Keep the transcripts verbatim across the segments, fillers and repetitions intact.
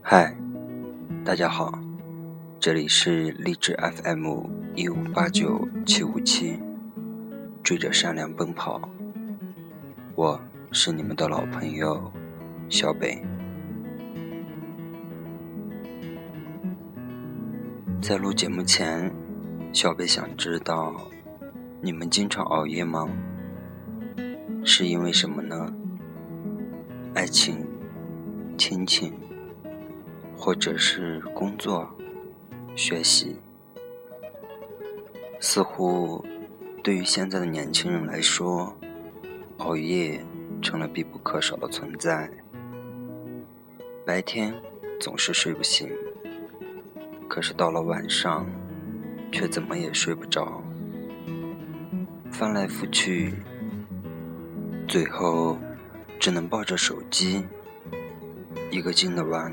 嗨，大家好，这里是励志 F M 一五八九七五七，追着善良奔跑，我是你们的老朋友小北。在录节目前，小北想知道，你们经常熬夜吗？是因为什么呢？爱情、亲情，或者是工作、学习？似乎对于现在的年轻人来说，熬夜成了必不可少的存在。白天总是睡不醒，可是到了晚上却怎么也睡不着，翻来覆去，最后只能抱着手机一个劲的玩。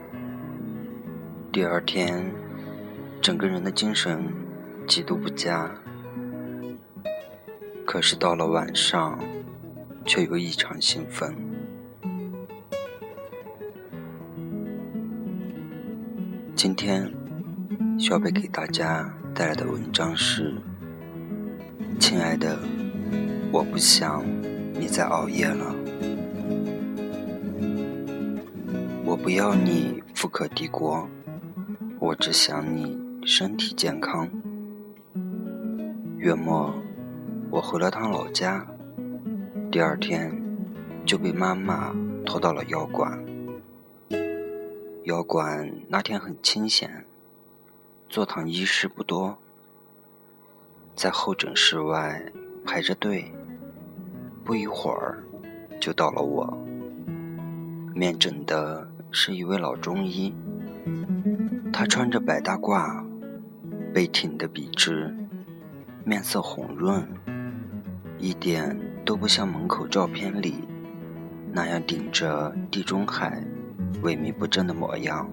第二天整个人的精神极度不佳，可是到了晚上却又异常兴奋。今天小北给大家带来的文章是：亲爱的，我不想你再熬夜了。我不要你富可敌国，我只想你身体健康。月末我回了趟老家，第二天就被妈妈拖到了药馆。药馆那天很清闲，坐堂医师不多，在候诊室外排着队，不一会儿就到了我。面诊的是一位老中医，他穿着白大褂，背挺得笔直，面色红润，一点都不像门口照片里那样顶着地中海萎靡不振的模样。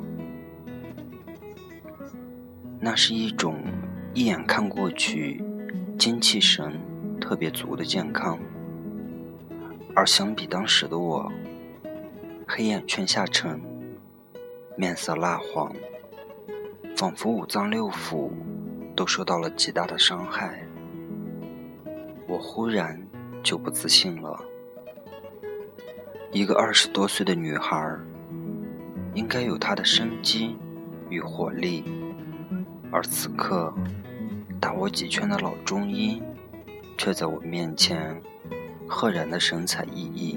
那是一种一眼看过去精气神特别足的健康，而相比当时的我，黑眼圈下沉，面色蜡黄，仿佛五脏六腑都受到了极大的伤害。我忽然就不自信了。一个二十多岁的女孩，应该有她的生机与活力，而此刻打我几拳的老中医却在我面前赫然的神采奕奕。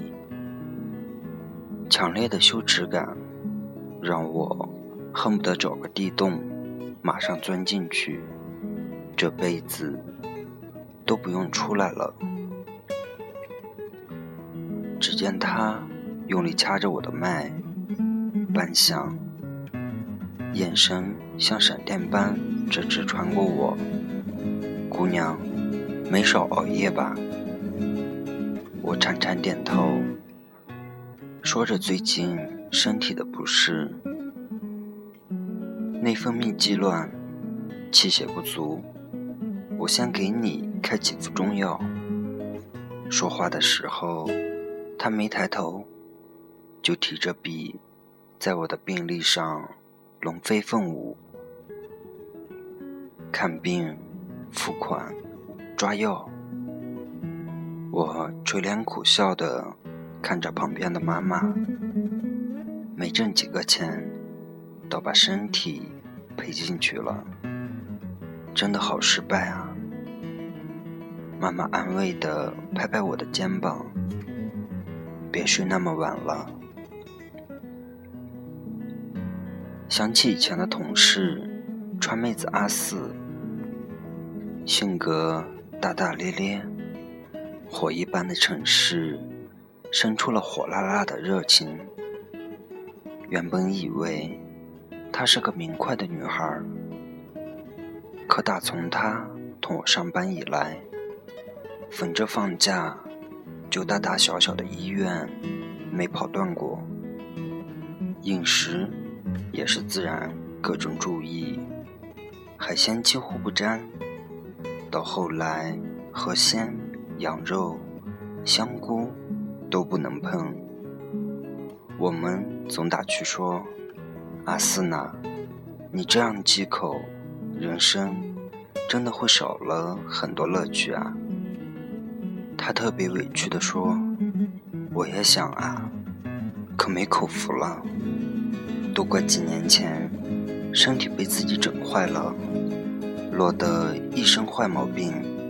强烈的羞耻感让我恨不得找个地洞马上钻进去，这辈子都不用出来了。只见他用力掐着我的脉，半晌，眼神像闪电般直直穿过我。姑娘，没少熬夜吧？我颤颤点头，说着最近身体的不适，内分泌激乱，气血不足，我先给你开几副中药。说话的时候，他没抬头，就提着笔在我的病历上龙飞凤舞。看病、付款、抓药，我垂脸苦笑地看着旁边的妈妈，没挣几个钱，倒把身体赔进去了，真的好失败啊。妈妈安慰地拍拍我的肩膀，别睡那么晚了。想起以前的同事川妹子阿四，性格大大咧咧，火一般的城市生出了火辣辣的热情。原本以为她是个明快的女孩，可打从她同我上班以来，逢着放假就大大小小的医院没跑断过，饮食也是自然各种注意，海鲜几乎不沾，到后来河鲜、羊肉、香菇都不能碰。我们总打趣说， 阿四呢，你这样忌口，人生真的会少了很多乐趣啊。他特别委屈地说，我也想啊，可没口福了，都怪几年前身体被自己整坏了，落得一身坏毛病。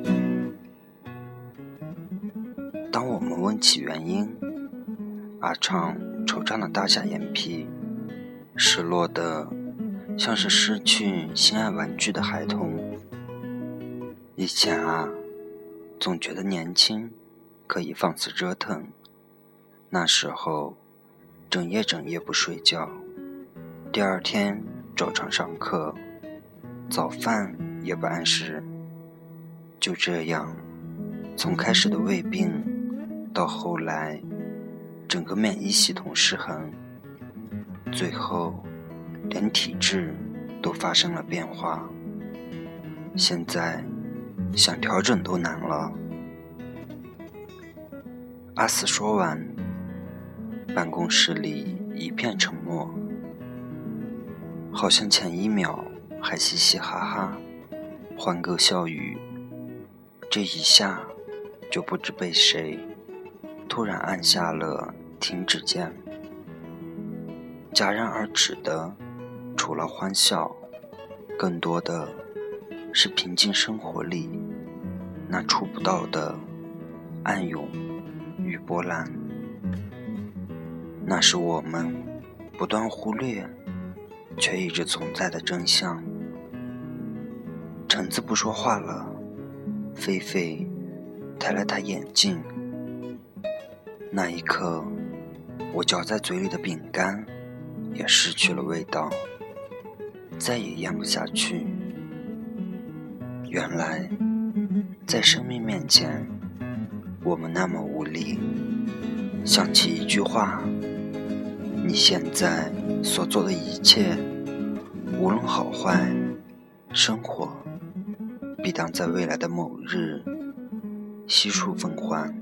当我们问起原因，阿畅惆怅地耷下眼皮，失落的像是失去心爱玩具的孩童。以前啊，总觉得年轻可以放肆折腾，那时候整夜整夜不睡觉，第二天照常上课，早饭也不按时。就这样，从开始的胃病到后来整个免疫系统失衡，最后连体质都发生了变化，现在想调整都难了。阿四说完，办公室里一片沉默，好像前一秒还嘻嘻哈哈欢歌笑语，这一下就不知被谁突然按下了停止键。戛然而止的除了欢笑，更多的是平静生活里那触不到的暗涌与波澜。那是我们不断忽略却一直存在的真相。橙子不说话了，狒狒抬了抬眼镜，那一刻我嚼在嘴里的饼干也失去了味道，再也咽不下去。原来在生命面前我们那么无力。想起一句话，你现在所做的一切无论好坏，生活必当在未来的某日悉数奉还。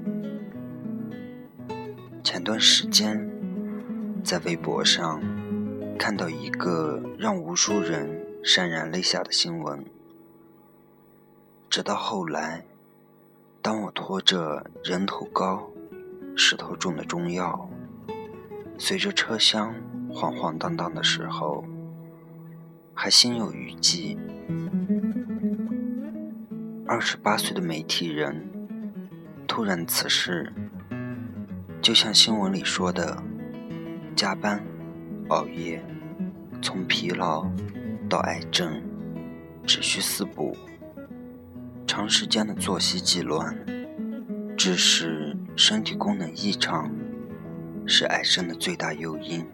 前段时间在微博上看到一个让无数人潸然泪下的新闻，直到后来，当我拖着人头高石头重的中药随着车厢晃晃荡荡的时候，还心有余悸。二十八岁的媒体人突然辞世，就像新闻里说的，加班熬夜，从疲劳到癌症只需四步。长时间的作息忌乱致使身体功能异常，是癌症的最大诱因。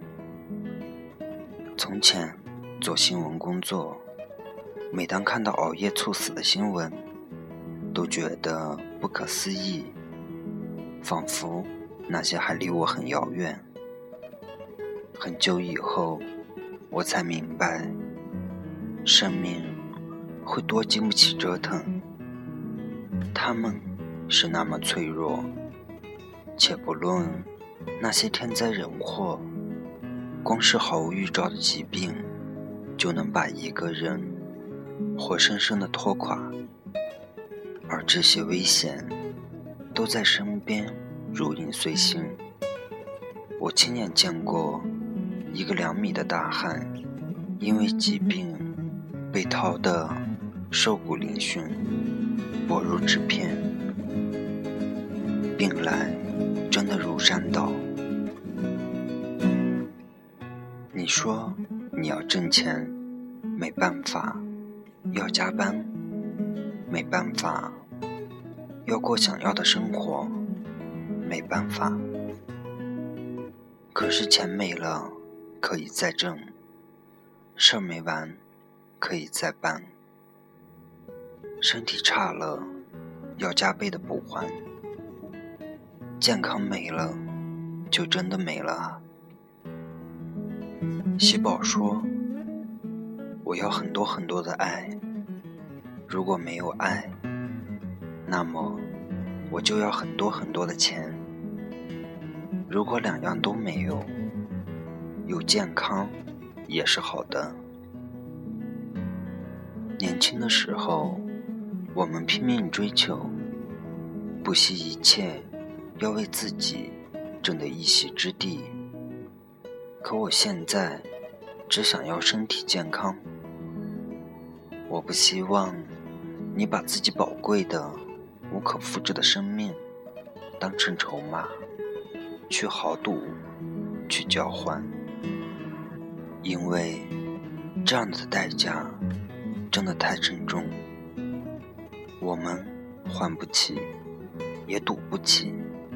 从前做新闻工作，每当看到熬夜猝死的新闻，都觉得不可思议，仿佛那些还离我很遥远。很久以后我才明白，生命会多经不起折腾，他们是那么脆弱。且不论那些天灾人祸，光是毫无预兆的疾病就能把一个人活生生的拖垮，而这些危险都在身边如影随形。我亲眼见过一个两米的大汉因为疾病被掏得瘦骨嶙峋，薄如纸片，病来真的如山倒。你说你要挣钱，没办法；要加班，没办法；要过想要的生活，没办法。可是钱没了可以再挣，事儿没完可以再办，身体差了要加倍的补还，健康没了就真的没了啊。喜宝说，我要很多很多的爱，如果没有爱，那么我就要很多很多的钱。如果两样都没有，有健康也是好的。年轻的时候，我们拼命追求，不惜一切要为自己争得一席之地。可我现在只想要身体健康。我不希望你把自己宝贵的无可复制的生命当成筹码去豪赌，去交换，因为这样的代价真的太沉重，我们还不起，也赌不起。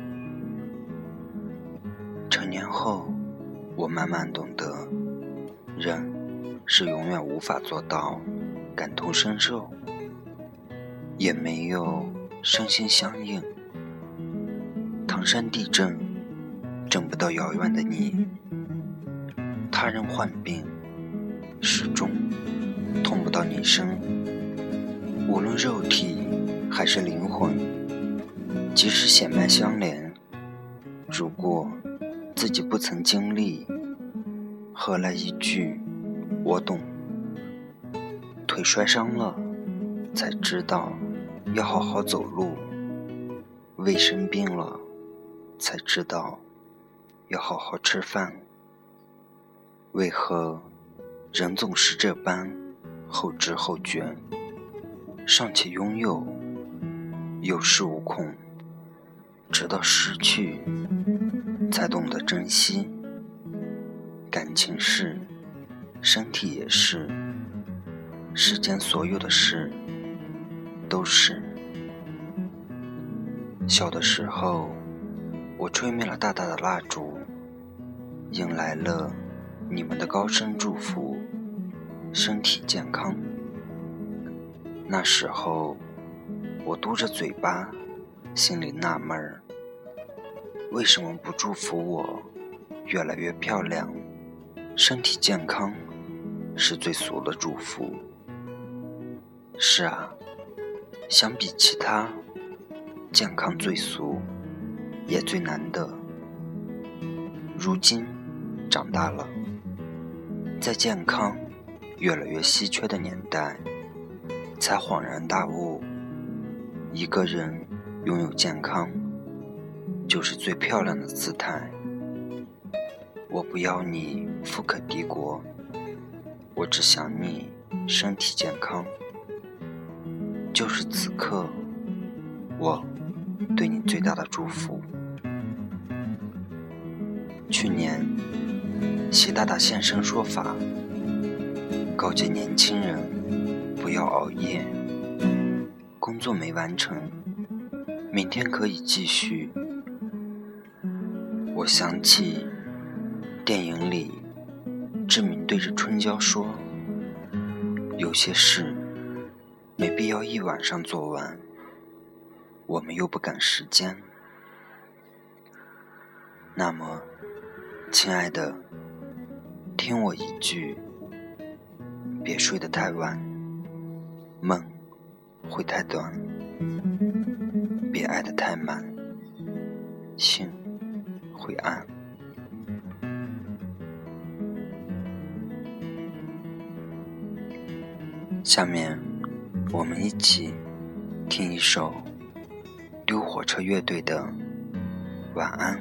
成年后，我慢慢懂得，人是永远无法做到感同身受，也没有身心相应。唐山地震震不到遥远的你，他人患病始终痛不到你身。无论肉体还是灵魂，即使血脉相连，如果自己不曾经历，何来一句我懂？腿摔伤了，才知道要好好走路；胃生病了，才知道要好好吃饭。为何人总是这般后知后觉，尚且拥有，有恃无恐，直到失去才懂得珍惜。感情是，身体也是，世间所有的事都是。小的时候，我吹灭了大大的蜡烛，迎来了你们的高声祝福，身体健康。那时候我嘟着嘴巴，心里纳闷儿，为什么不祝福我越来越漂亮？身体健康是最俗的祝福。是啊，相比其他，健康最俗，也最难得。如今长大了，在健康越来越稀缺的年代，才恍然大悟，一个人拥有健康，就是最漂亮的姿态。我不要你富可敌国，我只想你身体健康。就是此刻，我对你最大的祝福。去年，习大大现身说法，告诫年轻人不要熬夜，工作没完成，明天可以继续。我想起电影里志明对着春娇说，有些事没必要一晚上做完，我们又不赶时间。那么亲爱的，听我一句，别睡得太晚，梦会太短；别爱得太满，心会暗。下面我们一起听一首丢火车乐队的晚安。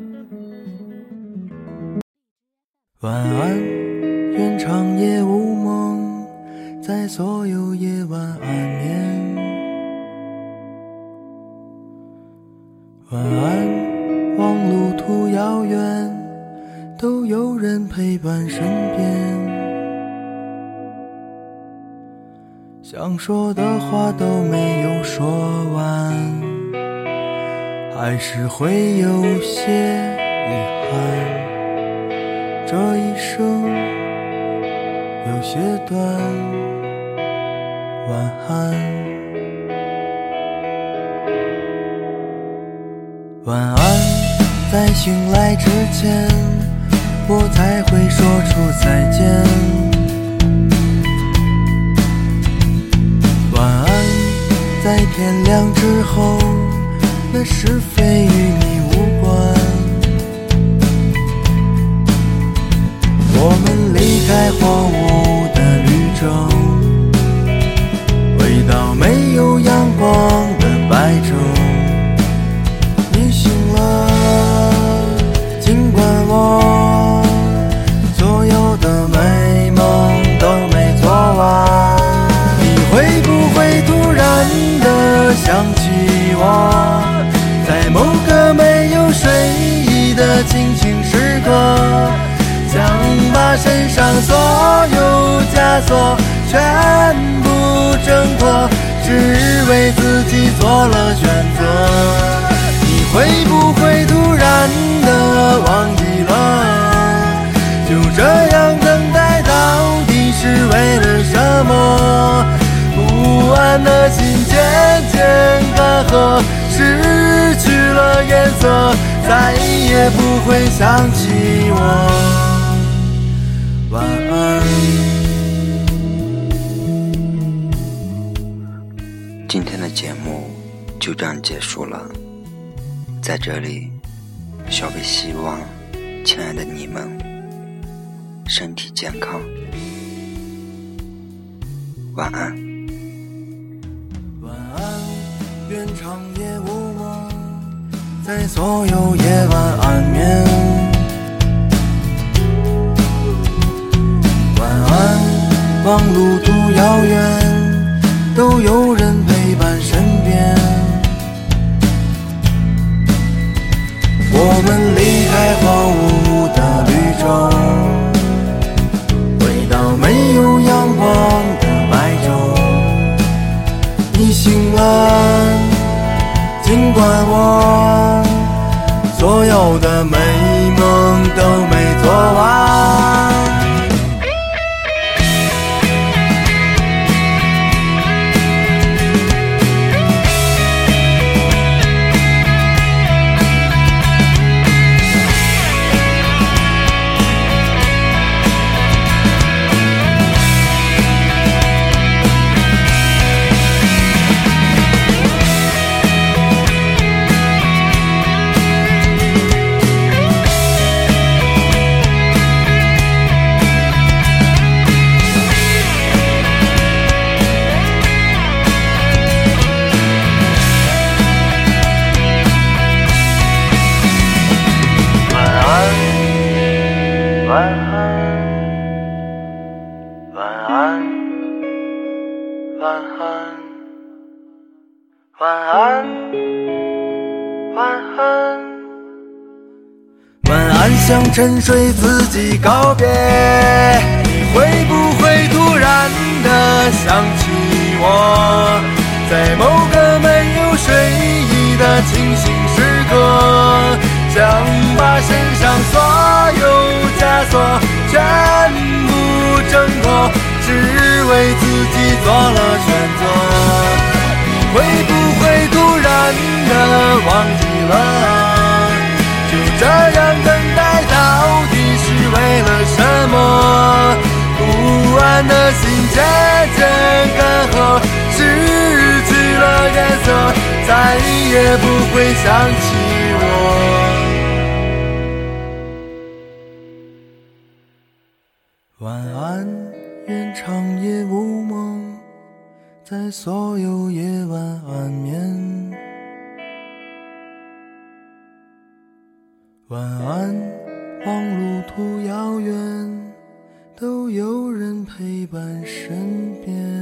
晚安，愿长夜无梦，在所有夜晚安眠。晚安，望路途遥远，都有人陪伴身边。想说的话都没有说完，还是会有些遗憾。这一生有些短，晚安。晚安，在醒来之前，我才会说出再见。晚安，在天亮之后，那是非与你无关。我们离开个没有睡意的清醒时刻，想把身上所有枷锁全部挣脱，只为自己做了选择。你会不会突然的忘记了，就这样等待到底是为了什么？不安的心渐渐干涸，失去了颜色，再也不会想起我。晚安。 今天的节目就这样结束了，在这里小贝希望亲爱的你们身体健康，晚安。 晚安，愿长夜无梦，在所有夜晚安眠。晚安，望路途遥远，都有人陪伴身边。我们离开荒芜的绿洲，回到没有阳光的白昼。你醒了，尽管我所有的美梦都没做完。晚安，晚安，晚安，晚安，晚安，晚安，向沉睡自己告别。你会不会突然的想起我，在某个没有睡意的清醒时刻，想把身上所有枷锁全部挣脱，只为自己做了选择。会不会突然的忘记了，就这样等待到底是为了什么？不安的心渐渐干涸，失去了颜色，再也不会想起我。晚安，愿长夜无梦，在所有夜晚安眠。晚安，望路途遥远，都有人陪伴身边。